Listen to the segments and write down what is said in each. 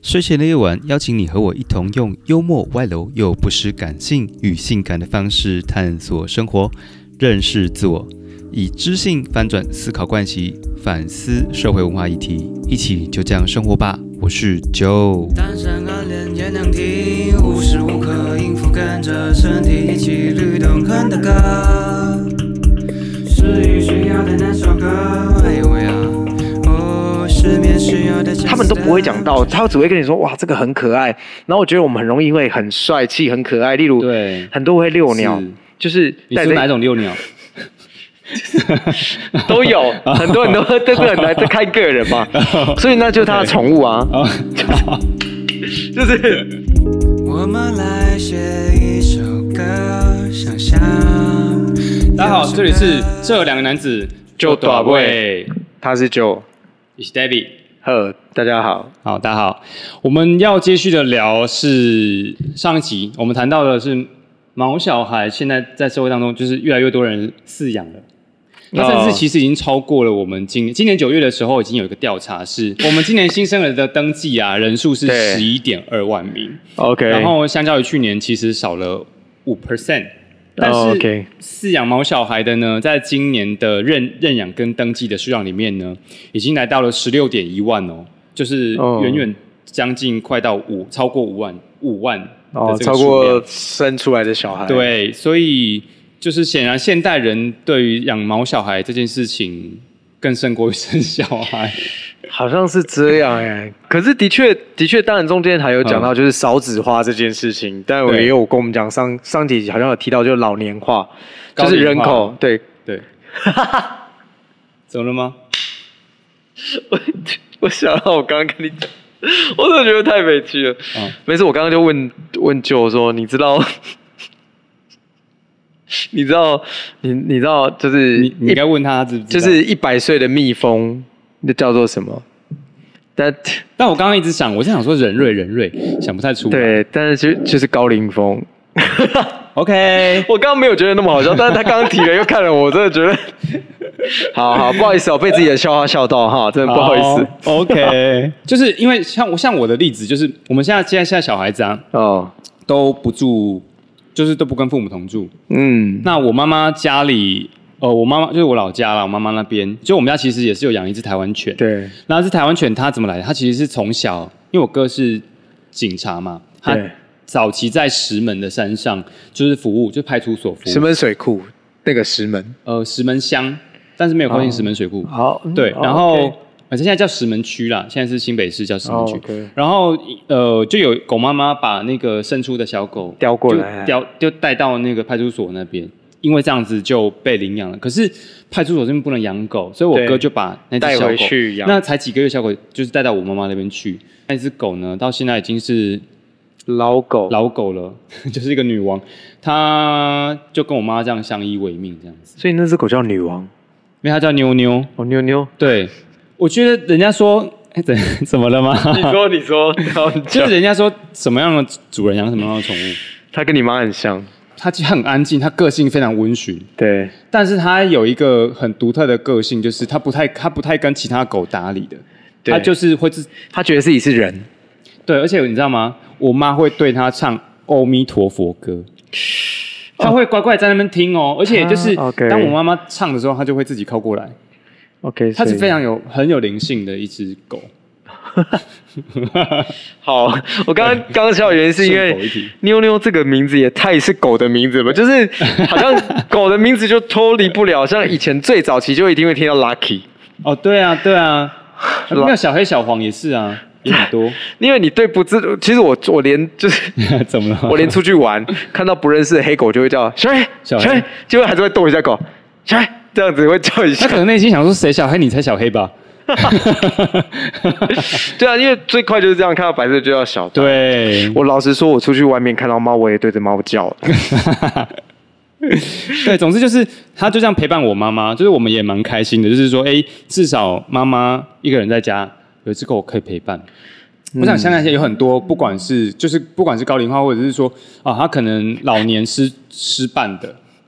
睡前的夜晚，邀请你和我一同用幽默、外露又不失感性与性感的方式探索生活，认识自我，以知性翻转思考惯习，反思社会文化议题，一起就这样生活吧。我是 Joe。 单身暗恋也能听，无时无刻应付跟着身体一起律动很大个，是与需要的那首歌。哎呦喂啊！ 他们都不会讲到，他只会跟你说哇这个很可爱，然后我觉得我们很容易会很帅气很可爱，例如对很多会遛鸟，就是你说哪种遛鸟？ 都有，很多人都这个很难，这看个人嘛，所以那就是他的宠物啊，就是我们来写一首歌，想象。 大家好，这里是这两个男子就大卫，他是 Joe， 我是 David。 大家好， 好，大家好。我们要接续的聊是上一集我们谈到的是毛小孩，现在在社会当中就是越来越多人饲养了。那甚至其实已经超过了我们今年9月的时候，已经有一个调查，是我们今年新生儿的登记啊人数是11.2万名。 OK， 然后相较于去年，其实少了5%。但是饲养毛小孩的呢，在今年的认养跟登记的数量里面呢，已经来到了16.1万哦，就是远远将近快到超过5万的这个数量， 超过生出来的小孩。 对，所以就是显然现代人对于养毛小孩这件事情更胜过于生小孩。 好像是这样哎，可是的确，当然中间还有讲到就是少子化这件事情，但我也有跟我们讲上集好像有提到就是老年化，就是人口对， 怎么了吗？ 我想到我刚刚跟你讲，我真的觉得太委屈了。没事，我刚刚就问舅说，你知道就是你应该问他知不知道， 就是100岁的蜜蜂。那叫做什么？但我刚刚一直想，我在想说人瑞，想不太出来。 对，但是就是高龄蜂。 OK， 我刚刚没有觉得那么好笑，但是他刚刚提了又看了我，真的觉得好，不好意思，我被自己的笑话笑到哈，真的不好意思。 OK， 就是因为像我的例子，就是我们现在小孩子啊，都不住，就是都不跟父母同住。那我妈妈家里。我妈妈就是我老家啦，我妈妈那边，就我们家其实也是有养一只台湾犬。 对， 那只台湾犬它怎么来的？它其实是从小，因为我哥是警察嘛，他早期在石门的山上就是服务，就派出所服务。 石门水库那个石门， 石门乡，但是没有靠近石门水库。 好， 对，然后现在叫石门区啦，现在是新北市叫石门区。然后就有狗妈妈把那个生出的小狗叼过来， 就带到那个派出所那边。因为这样子就被领养了，可是派出所这边不能养狗，所以我哥就把那只小狗带回去养。 那才几个月小狗，就是带到我妈妈那边去。那只狗呢，到现在已经是老狗了，就是一个女王。她就跟我妈这样相依为命这样子。 所以那只狗叫女王， 因为它叫妞妞。 哦，妞妞。对， 我觉得人家说，怎么了吗？ 你说， 就是人家说什么样的主人养什么样的宠物， 它跟你妈很像。 它很安静，它个性非常温驯， 对， 但是它有一个很独特的个性，就是它不太跟其他狗搭理的，它就是会它觉得自己是人， 对，而且你知道吗？我妈会对它唱阿弥陀佛歌，它会乖乖在那边听哦，而且就是当我妈妈唱的时候，它就会自己靠过来。 OK， 它是非常很有灵性的一只狗。 好，我刚刚笑的原因是因为妞妞这个名字也太是狗的名字了吧，就是好像狗的名字就脱离不了，像以前最早期就一定会听到 Lucky。 哦，对啊，没有小黑小黄也是啊，也很多。 因为你对不知，其实我连就是怎么了？ 我连出去玩看到不认识的黑狗就会叫小黑，结果还是会逗一下狗，小黑这样子会叫一下。 他可能内心想说谁小黑你才小黑吧。 对啊，因为最快就是这样，看到白色就要小。 对， 我老实说，我出去外面看到猫，我也对着猫叫。 对，总之就是他就这样陪伴我妈妈，就是我们也蛮开心的，就是说，至少妈妈一个人在家有一只狗可以陪伴。我想现在有很多，不管是高龄化，或者是说他可能老年失伴的。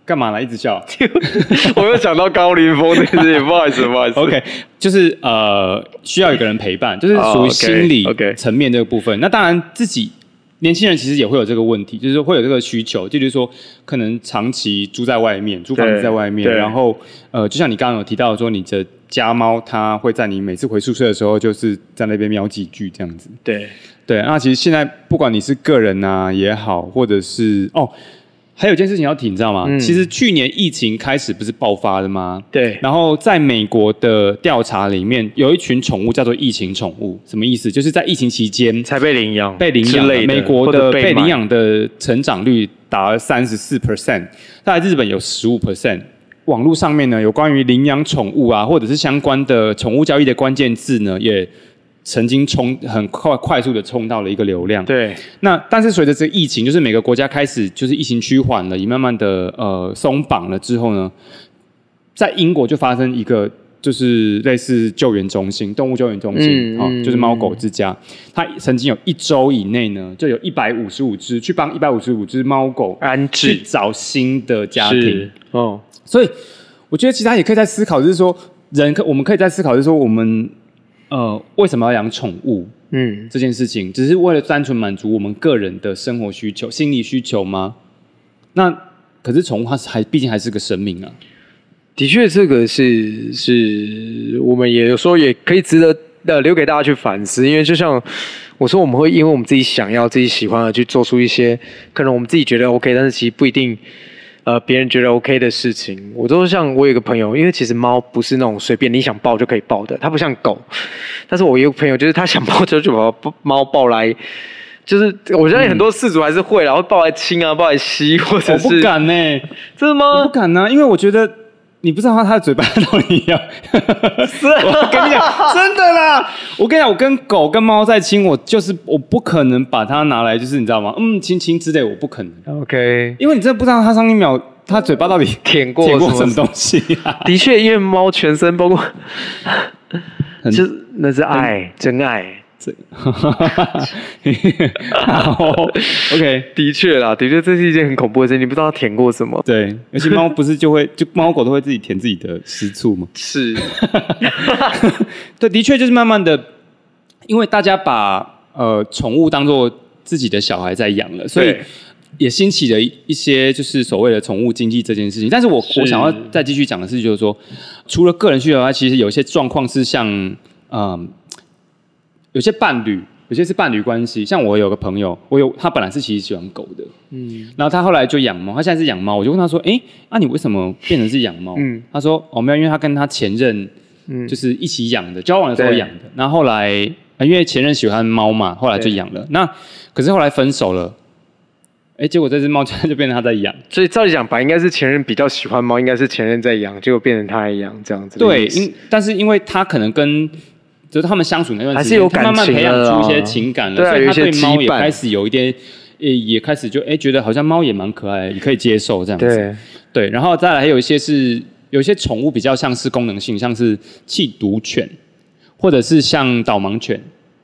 干嘛呢？一直笑。 我又想到高凌风这件事情，不好意思。 OK， 就是需要有个人陪伴，就是属于心理层面这个部分。那当然自己年轻人其实也会有这个问题，就是会有这个需求，就是说可能长期租在外面，租房子在外面，然后就像你刚刚有提到说你的家猫它会在你每次回宿舍的时候，就是在那边喵几句这样子。对，那其实现在不管你是个人啊也好，或者是还有一件事情要提，你知道吗？其实去年疫情开始不是爆发的吗？ 对。 然后在美国的调查里面，有一群宠物叫做疫情宠物，什么意思？就是在疫情期间才被领养之类的。美国的被领养的成长率达了34%，在日本有15%。网络上面呢，有关于领养宠物啊，或者是相关的宠物交易的关键字呢，也曾经很快速的冲到了一个流量。 对。 那但是随着这个疫情，就是每个国家开始就是疫情趋缓了，也慢慢的松绑了之后呢，在英国就发生一个就是类似救援中心、动物救援中心，就是猫狗之家。它曾经有1周以内呢，就有155只去帮155只猫狗安置， 去找新的家庭。所以我觉得其实他也可以在思考，就是说我们可以在思考，就是说我们为什么要养宠物？这件事情只是为了单纯满足我们个人的生活需求、心理需求吗？那可是宠物它毕竟还是个生命啊。 的确，这个是我们也有时候也可以值得留给大家去反思，因为就像我说，我们会因为我们自己想要、自己喜欢的去做出一些可能我们自己觉得 OK， 但是其实不一定。别人觉得 OK 的事情，我有一个朋友，因为其实猫不是那种随便你想抱就可以抱的，它不像狗。但是我有一个朋友，就是他想抱就把猫抱来，就是我相信很多饲主还是会啦，会抱来亲啊，抱来吸，或者是我不敢呢， 真的吗？ 我不敢啊，因为我觉得。你不知道它的嘴巴到底要，我跟你讲，真的啦！我跟你讲，我跟狗跟猫在亲，我不可能把它拿来，就是你知道吗？亲亲之类，我不可能。 OK， 因为你真的不知道它上一秒它嘴巴到底舔过什么东西啊。 的确，因为猫全身包括，那是爱，真爱。 好 OK， 的确啦，的确这是一件很恐怖的事情，你不知道它舔过什么。 对，而且猫不是就猫狗都会自己舔自己的私处吗？ 是， 对，的确就是慢慢的，因为大家把宠物当作自己的小孩在养了，所以也兴起了一些就是所谓的宠物经济这件事情。但是我想要再继续讲的是，就是说，除了个人需求外，其实有些状况是像有些伴侣，有些是伴侣关系。像我有个朋友，他本来是其实喜欢狗的，然后他后来就养猫，他现在是养猫。我就问他说：“你为什么变成是养猫？”他说：“没有，因为他跟他前任就是一起养的，交往的时候养的。然后后来因为前任喜欢猫嘛，后来就养了。那可是后来分手了，结果这只猫就变成他在养。所以照理讲，本来应该是前任比较喜欢猫，应该是前任在养，结果变成他在养这样子。 对，但是因为他可能就是他们相处那段时间，他慢慢培养出一些情感了，所以他对猫也开始有一点，也开始就觉得好像猫也蛮可爱，也可以接受这样子。对，然后再来还有一些宠物比较像是功能性，像是缉毒犬，或者是像导盲犬。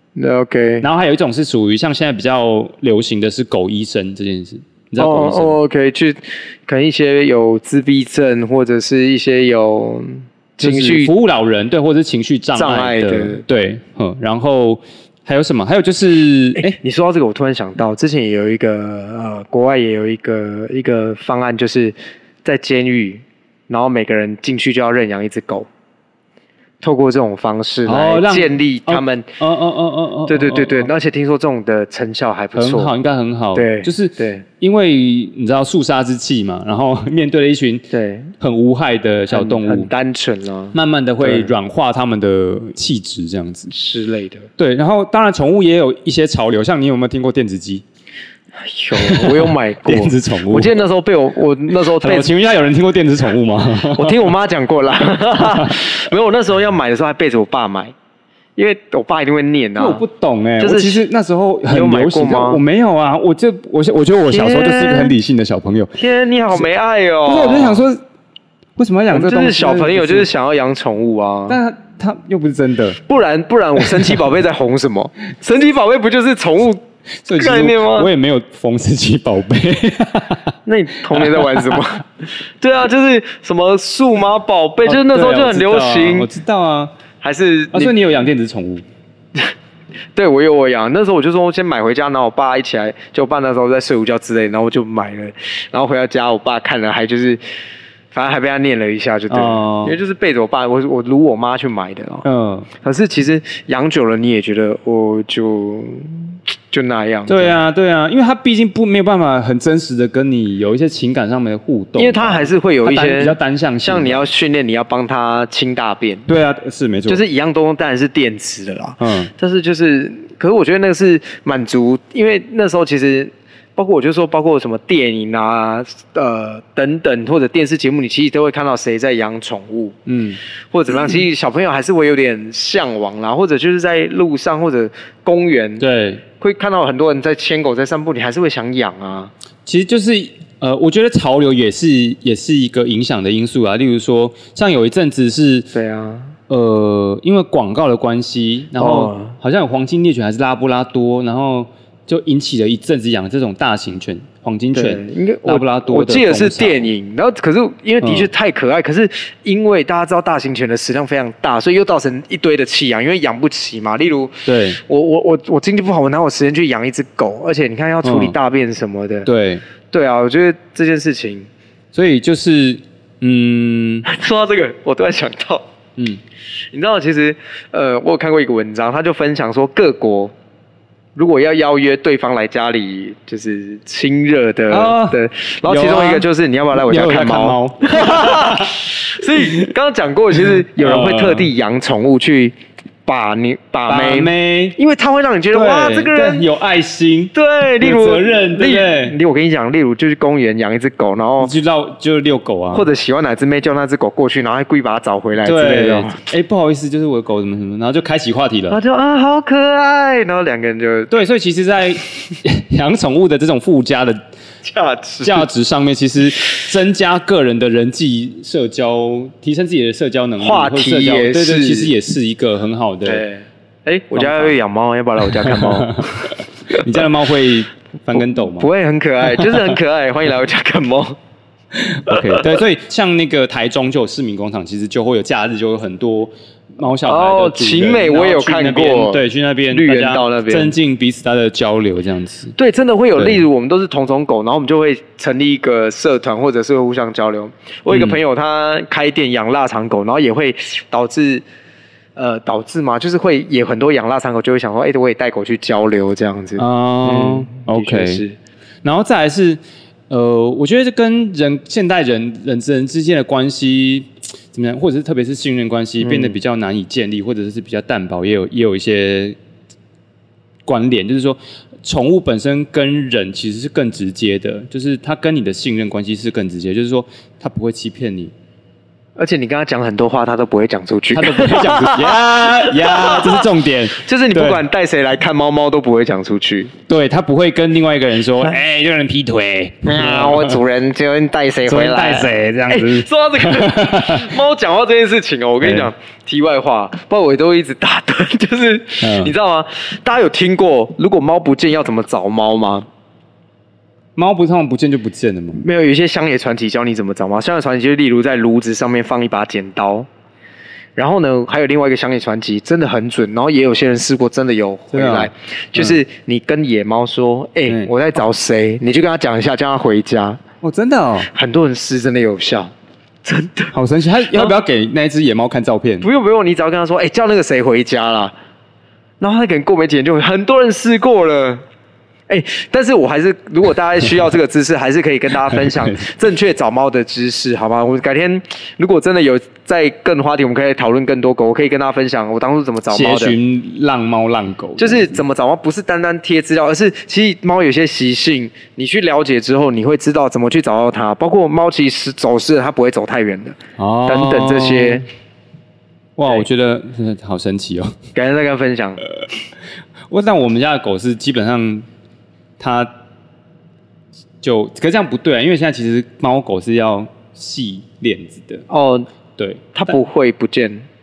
OK， 然后还有一种是属于像现在比较流行的是狗医生这件事，你知道狗医生 ？OK， 可能一些有自闭症或者是一些有。 情绪服务老人，对，或者是情緒障碍的，对，然后还有什么？还有就是， 你说到这个，我突然想到，之前也有一个国外也有一个方案，就是在监狱，然后每个人进去就要认养一只狗。透过这种方式来建立他们，对，而且听说这种的成效还不错， 很好，应该很好。 对， 就是因为你知道肃杀之气嘛，然后面对了一群很无害的小动物， 很单纯啊， 慢慢的会软化他们的气质，这样子之类的。 对，然后当然宠物也有一些潮流，像你有没有听过电子鸡？ 我有买过电子宠物。 我记得那时候我那时候我请问一下，有人听过电子宠物吗？ 我听我妈讲过啦。没有，我那时候要买的时候还背着我爸买，因为我爸一定会念啊。 我不懂就是其实那时候很流行吗？我没有啊，我觉得我小时候就是一个很理性的小朋友。 天，你好没爱哦！ 不是，我就想说，为什么要养这东西？ 就是小朋友就是想要养宠物啊， 但他又不是真的。 不然我神奇宝贝在红什么？神奇宝贝不就是宠物？ 所以其实概念吗我也没有缝自己宝贝。 那你童年在玩什么？对啊，就是什么数码宝贝，就是那时候就很流行。 我知道啊。 还是所以你有养电子宠物？ 对，我养。那时候我就说先买回家，然后我爸一起来，就我爸那时候在睡午觉之类，然后我就买了。然后回到家，我爸看了，还就是。反正还被他念了一下，就对了，因为就是背着我爸，我撸我妈去买的哦。可是其实养久了，你也觉得就那样。 对啊，因为他毕竟没有办法很真实的跟你有一些情感上面的互动， 因为他还是会有一些比较单向性， 像你要训练，你要帮他清大便。 对啊，是没错， 就是一样东西当然是电池的啦。但是就是，可是我觉得那个是满足，因为那时候其实。包括什么电影啊，等等，或者电视节目，你其实都会看到谁在养宠物，或者怎么样。其实小朋友还是会有点向往啦，或者就是在路上或者公园， 对， 会看到很多人在牵狗在散步，你还是会想养啊。 其实就是我觉得潮流也是一个影响的因素啊。例如说，像有一阵子是， 对啊， 因为广告的关系，然后好像有黄金猎犬还是拉布拉多，然后。就引起了一阵子养这种大型犬、黄金犬、拉布拉多的。 我记得是电影，然后可是因为的确太可爱，可是因为大家知道大型犬的食量非常大，所以又造成一堆的弃养，因为养不起嘛。例如， 对我经济不好，我哪有时间去养一只狗？而且你看要处理大便什么的。对啊，我觉得这件事情， 所以就是说到这个，我突然想到，你知道其实我有看过一个文章，他就分享说各国。如果要邀約對方來家裡，就是親熱的，然後其中一個就是你要不要來我家看貓？所以剛剛講過，其實有人會特地養寵物去把妹，因為他會讓你覺得哇，這個人有愛心， 對，例如有責任，對不對？ 我跟你講，例如就去公園養一隻狗，然後就遛狗啊， 或者喜歡哪隻妹叫那隻狗過去，然後還故意把它找回來之類的。 哎，不好意思，就是我的狗怎麼什麼，然後就開啟話題了。 然後就好可愛，然後兩個人就對，所以其實在養寵物的這種附加的價值上面，其實增加個人的人際社交，提升自己的社交能力， 話題也是， 對，其實也是一個很好的。 對，哎，我家會養貓，要不要來我家看貓？ 你家的貓會翻跟斗嗎？ 不會，很可愛，就是很可愛，歡迎來我家看貓。 OK， 對，所以像那個台中就有市民廣場，其實就會有假日就有很多貓小孩的晴美我也有看過， 對，去那邊綠園道那邊增進彼此他的交流，這樣子。 對，真的會有，例如我們都是同種狗，然後我們就會成立一個社團，或者是會互相交流。我有一個朋友，他開店養臘腸狗，然後也會導致嘛，就是會也很多養臘腸狗就會想說，我也帶狗去交流這樣子。 OK， 是。然後再來是。我覺得跟現代人之間的關係怎麼樣，或者是特別是信任關係變得比較難以建立，或者是比較淡薄，也有一些關聯。就是說，寵物本身跟人其實是更直接的，就是它跟你的信任關係是更直接，就是說它不會欺騙你。 而且你跟他講很多話，他都不會講出去。 他都不會講出去呀，這是重點。 就是你不管帶誰來看貓，貓都不會講出去。 對，他不會跟另外一個人說，有人劈腿。 我主人就帶誰回來？ 帶誰這樣子？ 說到這個貓講話這件事情哦，我跟你講題外話，不過我都一直打斷，就是你知道嗎？大家有聽過如果貓不見要怎麼找貓嗎？ 貓不通常不見就不見了嗎？ 沒有，有一些鄉野傳奇教你怎麼找貓。鄉野傳奇就是例如在爐子上面放一把剪刀，然後呢，還有另外一個鄉野傳奇真的很準，然後也有些人試過真的有回來，就是你跟野貓說，我在找誰，你就跟他講一下，叫他回家。哦，真的哦，很多人試真的有效，真的好神奇。他要不要給那隻野貓看照片？ 不用，你只要跟他說，叫那個誰回家啦。然後他可能過沒幾天就很多人試過了。但是我還是，如果大家需要這個知識，還是可以跟大家分享正確找貓的知識，好嗎？我改天如果真的有在更話題，我們可以討論更多狗，我可以跟大家分享我當初怎麼找貓的。 協尋浪貓浪狗， 就是怎麼找貓，不是單單貼資料，而是其實貓有些習性，你去了解之後，你會知道怎麼去找到它。包括貓其實走失，它不會走太遠的，等等這些。 哇，我覺得真的好神奇哦！ 改天再跟他分享。 但我們家的狗是基本上。它就可是這樣不對啊，因為現在其實貓狗是要繫鏈子的哦，對， 它不會不見，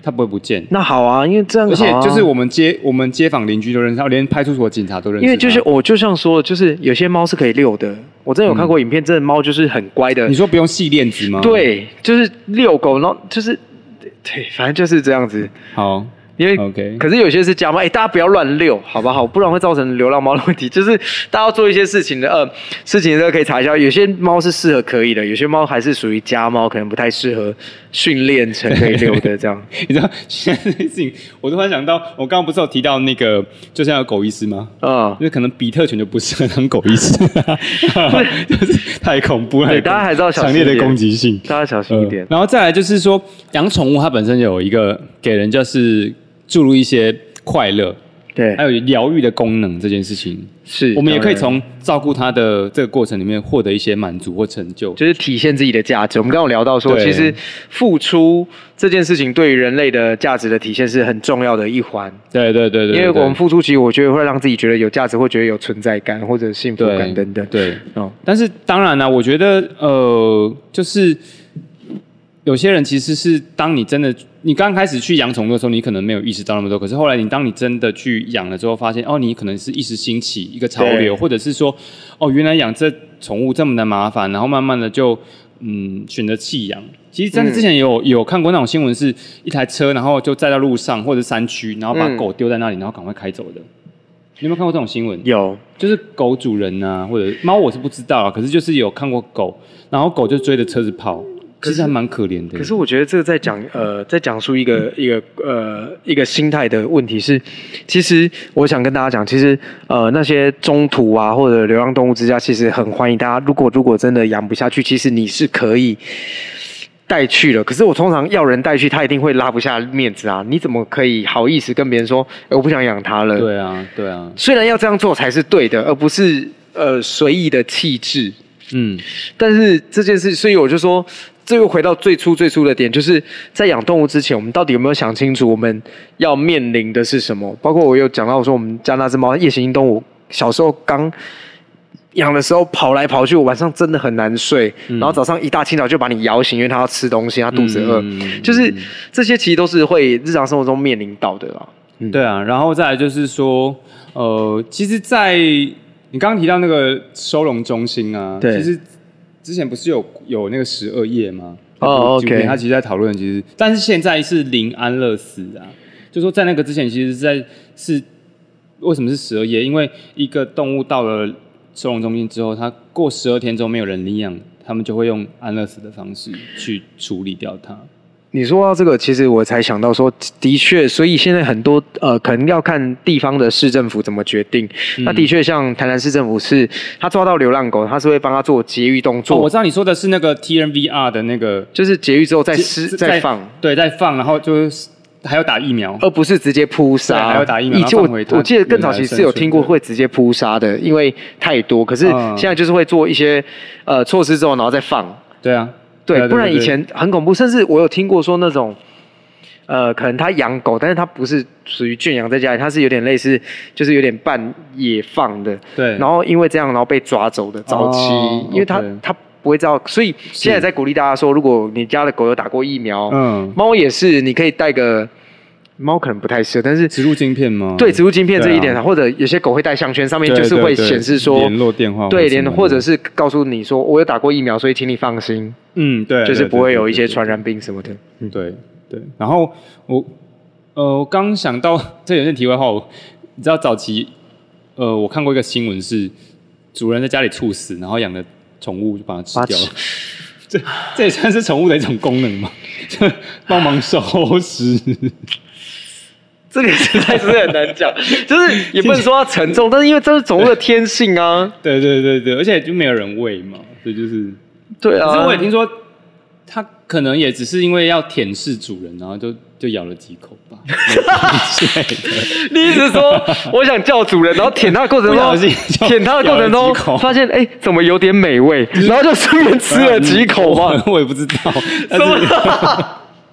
它不会不见。 那好啊，因为这样好啊， 而且就是我们街坊邻居都认识，连派出所警察都认识。 因为就是我就像说，就是有些猫是可以遛的。我真的有看过影片，真的猫就是很乖的。 你说不用系链子吗？ 对，就是遛狗，然后就是对，反正就是这样子。 好。 因为 OK， 可是有些是家猫，大家不要乱遛，好不好？不然会造成流浪猫的问题。就是大家要做一些事情的，事情可以查一下。有些猫是适合可以的，有些猫还是属于家猫，可能不太适合训练成可以遛的这样。 你知道现在这件事情，我突然想到，我刚刚不是有提到那个，就像有狗医师吗？因为可能比特犬就不适合当狗医师，就是太恐怖了。 对，大家还是要小心强烈的攻击性， 大家小心一点。 然后再来就是说，养宠物它本身有一个给人就是注入一些快乐， 对， 还有疗愈的功能，这件事情是我们也可以从照顾它的这个过程里面获得一些满足或成就， 就是体现自己的价值。我们刚刚有聊到说，其实付出这件事情对于人类的价值的体现是很重要的一环。 对，因为我们付出，其实我觉得会让自己觉得有价值，会觉得有存在感或者幸福感等等。 对，但是当然啦，我觉得就是有些人其实是当你真的。你刚开始去养宠物的时候，你可能没有意识到那么多。可是后来，当你真的去养了之后，发现你可能是一时兴起一个潮流，或者是说，原来养这宠物这么的麻烦，然后慢慢的就选择弃养。其实真的之前有看过那种新闻，是一台车，然后就载到路上或者山区，然后把狗丢在那里，然后赶快开走的。你有没有看过这种新闻？有，就是狗主人啊，或者猫，我是不知道啊。可是就是有看过狗，然后狗就追着车子跑。其实还蛮可怜的。 可是我觉得这个在讲述一个心态的问题是，其实我想跟大家讲，其实那些中途啊或者流浪动物之家，其实很欢迎大家。如果真的养不下去，其实你是可以带去了。可是我通常要人带去，他一定会拉不下面子啊！你怎么可以好意思跟别人说，我不想养它了？对啊。虽然要这样做才是对的，而不是随意的弃置。但是这件事，所以我就说。这又回到最初的点，就是在养动物之前，我们到底有没有想清楚我们要面临的是什么？包括我有讲到说，我们家那只猫夜行性动物，小时候刚养的时候跑来跑去，我晚上真的很难睡，然后早上一大清早就把你摇醒，因为它要吃东西，它肚子饿，就是这些其实都是会日常生活中面临到的啦。 对啊，然后再来就是说，其实，在你刚刚提到那个收容中心啊，其实。之前不是有那个12夜吗？OK， 他其实在讨论，其实，但是现在是零安乐死啊，就说在那个之前，其实是为什么是12夜？因为一个动物到了收容中心之后，它过12天之后没有人领养，他们就会用安乐死的方式去处理掉它。 你说到这个，其实我才想到说，的确，所以现在很多可能要看地方的市政府怎么决定。那的确，像台南市政府是，他抓到流浪狗，他是会帮他做节育动作。 我知道你说的是那个 TNVR 的那个， 就是节育之后再放， 对，再放，然后就是还要打疫苗， 而不是直接扑杀。 还要打疫苗。 我记得更早期是有听过会直接扑杀的，因为太多。可是现在就是会做一些措施之后，然后再放。 对啊。 对，不然以前很恐怖，甚至我有听过说那种，可能他养狗，但是他不是属于圈养在家里，他是有点类似，就是有点半野放的。对。然后因为这样，然后被抓走的早期，因为他不会知道，所以现在在鼓励大家说，如果你家的狗有打过疫苗，猫也是，你可以带个。猫可能不太适合，但是植入晶片吗？ 对，植入晶片这一点，或者有些狗会带项圈，上面就是会显示说联络电话， 对，或者是告诉你说我有打过疫苗，所以请你放心。 对， 就是不会有一些传染病什么的。 对。然后我刚想到，这有点题外话，你知道早期我看过一个新闻是主人在家里猝死，然后养的宠物就把它吃掉了。这也算是宠物的一种功能吗？就帮忙收拾。 这个实在是很难讲，就是也不能说它沉重，但是因为这是宠物的天性啊。 对，而且就没有人喂嘛，所以就是对啊。 可是我也听说，它可能也只是因为要舔舐主人，然后就咬了几口吧。 你一直说我想叫主人，然后舔它的过程中，发现怎么有点美味，然后就顺便吃了几口嘛。 我也不知道。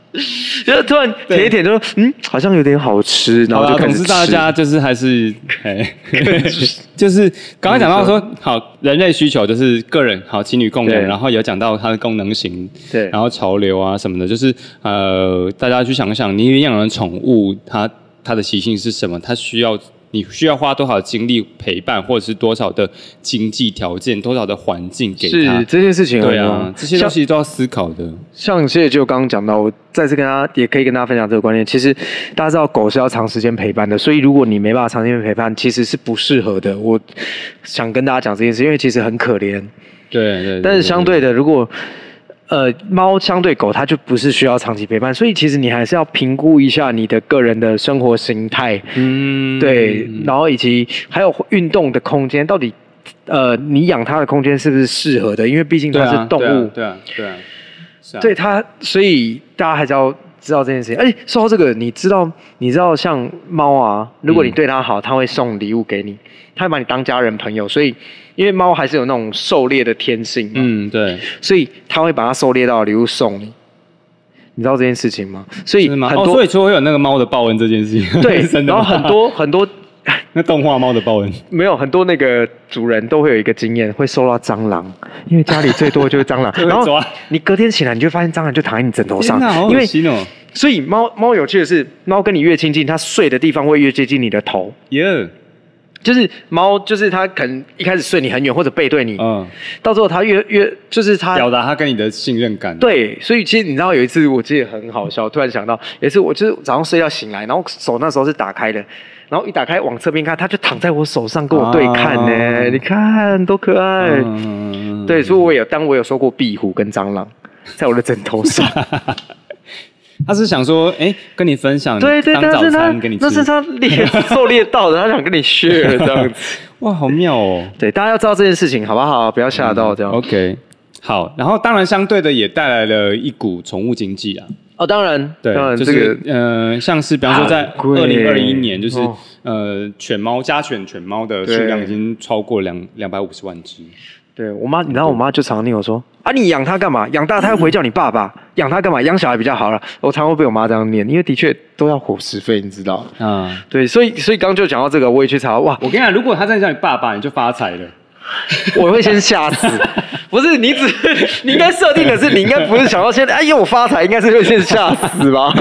就突然舔一舔就说好像有点好吃，然后就开始吃。 总之大家就是还是就是刚刚讲到说，好，人类需求就是个人好情侣共融，然后有讲到它的功能型， 对， 然后潮流啊什么的，就是大家去想想，你养的宠物它的习性是什么，你需要花多少精力陪伴，或者是多少的经济条件、多少的环境给他？ 是这件事情， 对啊，这些东西都要思考的。 像谢谢就刚刚讲到，我再次也可以跟大家分享这个观念。其实大家知道狗是要长时间陪伴的，所以如果你没办法长时间陪伴，其实是不适合的。我想跟大家讲这件事，因为其实很可怜。 对。 但是相对的，如果猫相对狗，它就不是需要长期陪伴，所以其实你还是要评估一下你的个人的生活形态，对，然后以及还有运动的空间，到底你养它的空间是不是适合的？因为毕竟它是动物， 对啊，是啊， 对它，所以大家还是要知道这件事情。而且说到这个，你知道像猫啊，如果你对它好，它会送礼物给你，它会把你当家人朋友，所以。因为猫还是有那种狩猎的天性嘛， 对， 所以它会把它狩猎到的礼物送你，你知道这件事情吗？所以很多， 所以说会有那个猫的报恩这件事情， 对，然后很多那动画猫的报恩没有很多那个主人都会有一个经验，会收到蟑螂，因为家里最多就是蟑螂，然后你隔天起来你就发现蟑螂就躺在你枕头上， 因为所以猫有趣的是，猫跟你越亲近，它睡的地方会越接近你的头，就是猫，就是它可能一开始睡你很远，或者背对你，到最后它越就是它表达它跟你的信任感。 对，所以其实你知道有一次我记得很好笑，突然想到有一次我就是早上睡觉醒来，然后手那时候是打开的，然后一打开往侧边看，它就躺在我手上跟我对看呢，你看多可爱。对，所以我有收过壁虎跟蟑螂在我的枕头上。 他是想说，跟你分享， 对， 当早餐给你吃， 那是他狩猎到的，他想跟你 share 这样子。 哇，好妙哦！ 对，大家要知道这件事情，好不好？不要吓到这样。 OK， 好，然后当然相对的也带来了一股宠物经济啊。 哦，当然， 对，就是像是比方说在2021年，就是犬猫家犬猫的数量已经超过250万只。 对我妈，你知道我妈就常常跟我说啊，你养它干嘛？养大它又不会叫你爸爸，养它干嘛？养小孩比较好了。我常会被我妈这样念，因为的确都要伙食费，你知道？对，所以刚刚就讲到这个，我也去查，哇！ 我跟你讲，如果他真的叫你爸爸，你就发财了。 我会先吓死，不是你应该设定的是，你应该不是想要先我发财，应该是会先吓死吧？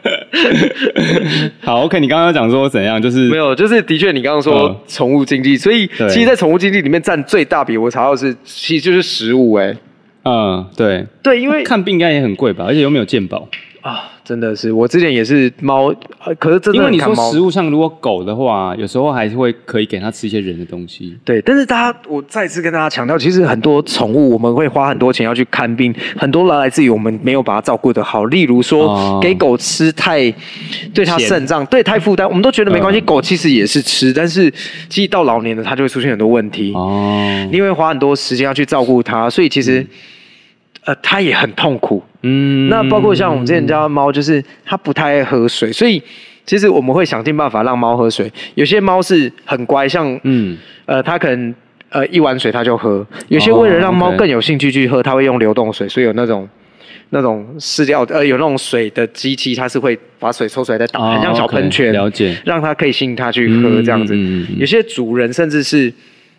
好 ，OK， 你刚刚讲说怎样？就是没有，就是的确你刚刚说宠物经济，所以其实，在宠物经济里面占最大比，我查到其实就是食物对， 因为看病应该也很贵吧，而且又没有健保啊。真的是，我之前也是猫，可是真的因为你说食物上，如果狗的话，有时候还是可以给它吃一些人的东西。 对，但是我再次跟大家强调，其实很多宠物我们会花很多钱要去看病，很多来自于我们没有把它照顾得好。例如说，给狗吃对它肾脏太负担，我们都觉得没关系，狗其实也是吃，但是其实到老年了，它就会出现很多问题。你会花很多时间要去照顾它，所以其实。它也很痛苦。那包括像我们之前家的猫，就是它不太爱喝水，所以其实我们会想尽办法让猫喝水。有些猫是很乖，像它可能一碗水它就喝。有些为了让猫更有兴趣去喝，它会用流动水，所以有那种饲料有那种水的机器，它是会把水抽出来再打，很像小喷泉， 了解， 让它可以吸引它去喝这样子。有些主人甚至是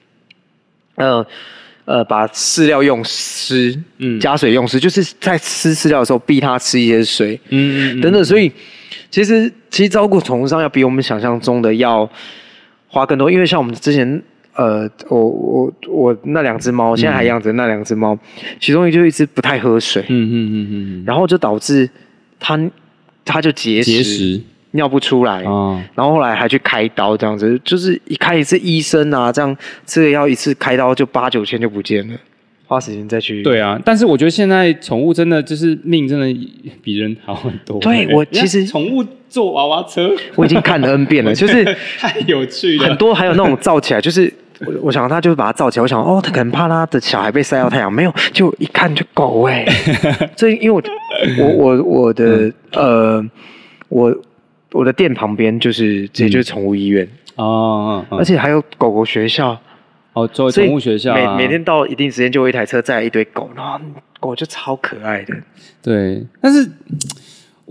把饲料用湿，加水用湿，就是在吃饲料的时候逼它吃一些水，等等。所以其实照顾宠物上要比我们想象中的要花更多，因为像我们之前我那2只猫，现在还养着那2只猫，其中就一只不太喝水，然后就导致它就结石。尿不出来，然后后来还去开刀，这样子，就是开一次医生啊，这样这个要一次开刀就8、9千就不见了，花时间再去。 对啊，但是我觉得现在宠物真的就是命真的比人好很多。 对，我其实宠物坐娃娃车， 我已经看了 N 遍了，就是太有趣了。 很多还有那种罩起来，就是我想他就是把它罩起来，我想他可能怕他的小孩被晒到太阳，没有，就一看就狗所以因为我的店旁边就是直接就是宠物医院而且还有狗狗学校作为宠物学校每天到一定时间就有一台车载一堆狗，然后狗就超可爱的。 对，但是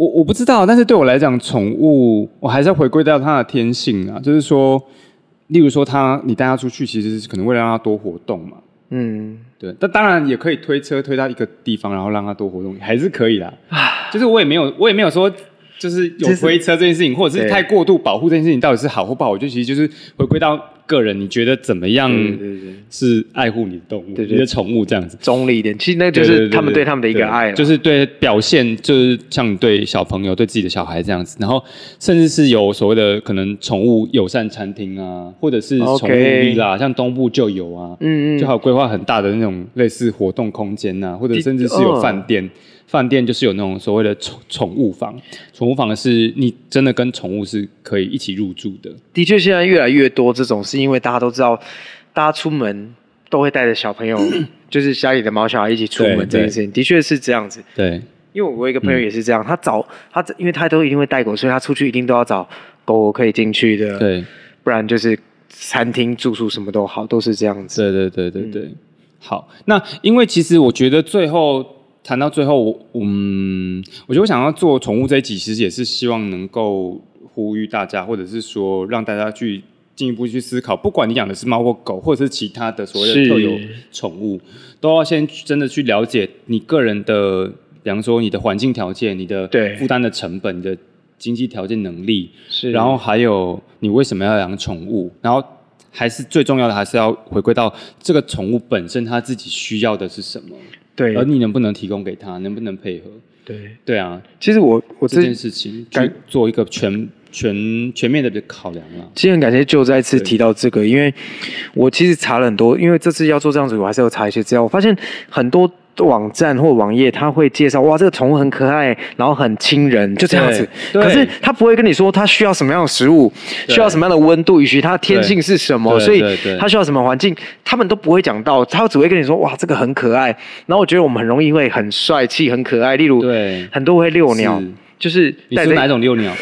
我不知道，但是对我来讲，宠物我还是要回归到它的天性啊，就是说，例如说你带它出去，其实是可能为了让它多活动嘛。对，但当然也可以推车推到一个地方，然后让它多活动，还是可以啦。就是我也没有说。就是有推车这件事情，或者是太过度保护这件事情，到底是好或不好？我觉得其实就是回归到个人，你觉得怎么样是爱护你的动物、你的宠物这样子， 中立一点。其实那就是他们对他们的一个爱， 就是对表现，就是像对小朋友、对自己的小孩这样子。然后甚至是有所谓的可能宠物友善餐厅啊，或者是宠物 villa，像东部就有啊，就还有规划很大的那种类似活动空间啊，或者甚至是有饭店。饭店就是有那种所谓的宠物房，宠物房是你真的跟宠物是可以一起入住的。 的确，现在越来越多这种，是因为大家都知道，大家出门都会带着小朋友，就是家里的毛小孩一起出门这件事情，的确是这样子。 对， 因为我有一个朋友也是这样，因为他都一定会带狗，所以他出去一定都要找狗可以进去的， 对，不然就是餐厅住宿什么都好，都是这样子。 对。好，那因为其实我觉得谈到最后，我觉得我想要做宠物这一集，其实也是希望能够呼吁大家，或者是说让大家去进一步去思考，不管你养的是猫或狗，或者是其他的所谓的特有宠物，都要先真的去了解你个人的，比方说你的环境条件、你的负担的成本、你的经济条件能力，然后还有你为什么要养宠物，然后还是最重要的，还是要回归到这个宠物本身它自己需要的是什么。对，而你能不能提供给他，能不能配合？对啊， 其实我这件事情去做一个全面的考量啊。 其实很感谢就再次提到这个，因为我其实查了很多，因为这次要做这样子，我还是要查一些资料。我发现很多网站或网页，他会介绍哇，这个宠物很可爱，然后很亲人，就这样子。可是他不会跟你说他需要什么样的食物，需要什么样的温度，以及它的天性是什么，所以他需要什么环境，他们都不会讲到。他只会跟你说哇，这个很可爱。然后我觉得我们很容易会很帅气、很可爱，例如很多会遛鸟，就是你说哪种遛鸟？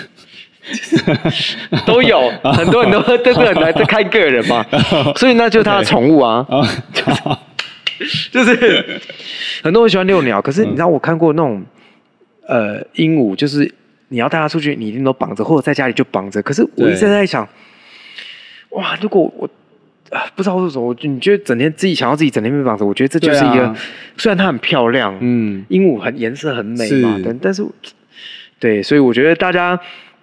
都有，很多人都这个很难，这看个人嘛。所以那就是他的宠物啊。就是很多人喜欢遛鸟，可是你知道我看过那种鹦鹉，就是你要带它出去，你一定都绑着，或者在家里就绑着。可是我一直在想，哇，如果我不知道为什么，你觉得整天自己想要自己整天被绑着，我觉得这就是一个，虽然它很漂亮，鹦鹉颜色很美嘛，但是对，所以我觉得大家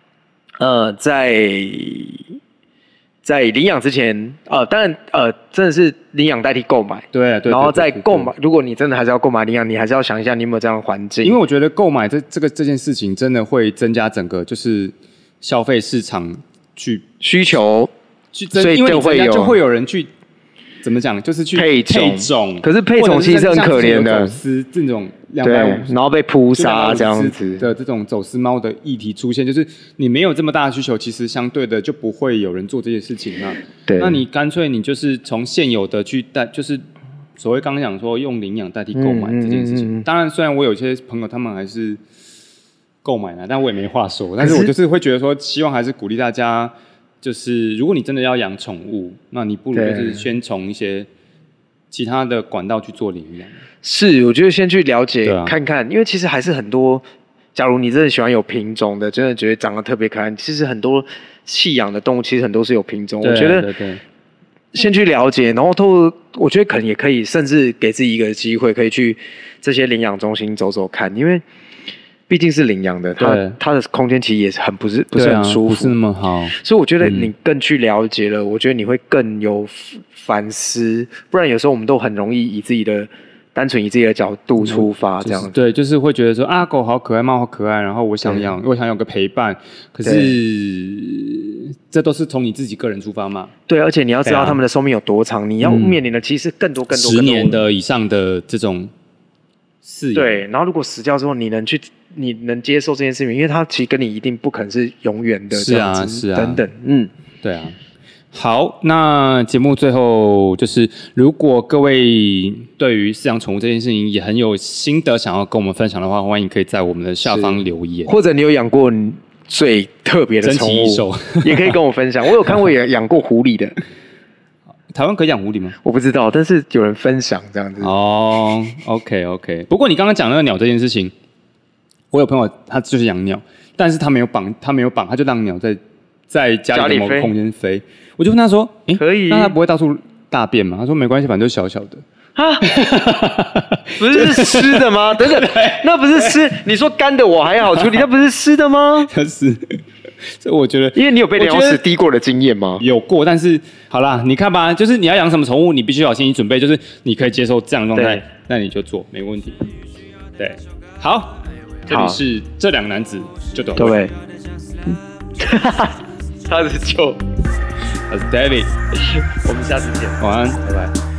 在领养之前，当然，真的是领养代替购买， 对， 然后在购买，如果你真的还是要购买领养，你还是要想一下你有没有这样的环境， 因为我觉得购买这件事情真的会增加整个就是消费市场需求， 所以就会有人去怎么讲，就是去配种， 可是配种其实是很可怜的， 走私这种对，然后被扑杀这样子的这种走私猫的议题出现，就是你没有这么大的需求，其实相对的就不会有人做这些事情啊。对，那你干脆你就是从现有的去就是所谓刚刚讲说用领养代替购买这件事情。当然，虽然我有些朋友他们还是购买了，但我也没话说。但是我就是会觉得说，希望还是鼓励大家。就是如果你真的要养宠物，那你不如就是先从一些其他的管道去做领养。 是，我觉得先去了解看看，因为其实还是很多。假如你真的喜欢有品种的，真的觉得长得特别可爱，其实很多弃养的动物其实很多是有品种。我觉得先去了解，然后我觉得可能也可以，甚至给自己一个机会，可以去这些领养中心走走看，因为。毕竟是领养的，它的空间其实也是不是很舒服， 不是那么好。 所以我觉得你更去了解了，我觉得你会更有反思。不然有时候我们都很容易单纯以自己的角度出发，这样对，就是会觉得说啊，狗好可爱，猫好可爱，然后我想有个陪伴。可是这都是从你自己个人出发嘛？对， 而且你要知道他们的寿命有多长，你要面临的其实更多 10年的以上的这种饲养。 对，然后如果死掉之后，你能接受这件事情，因为它其实跟你一定不可能是永远的这样子， 是啊， 等等， 对啊。好，那节目最后就是，如果各位对于饲养宠物这件事情也很有心得，想要跟我们分享的话，欢迎可以在我们的下方留言， 或者你有养过最特别的宠物，也可以跟我分享。我有看过也养过狐狸的。 台湾可以养狐狸吗？ 我不知道，但是有人分享这样子。 哦 ，OK。不过你刚刚讲那个鸟这件事情。 我有朋友他就是养鸟，但是他没有绑，他就让鸟在家里的某个空间飞。我就问他说：“ 可以？ 那他不会到处大便吗？”他说：“没关系，反正就小小的。” 啊，不是湿的吗？等等，那不是湿？你说干的我还好处理，那不是湿的吗？ 就是，这我觉得， 因为你有被鸟屎滴过的经验吗？ 有过，但是好啦，你看吧，就是你要养什么宠物，你必须要有心理准备，就是你可以接受这样的状态，那你就做，没问题。对，好，这里是这两个男子就懂了。 对，他是Joe， 他是 David， 我们下次见， 晚安，拜拜。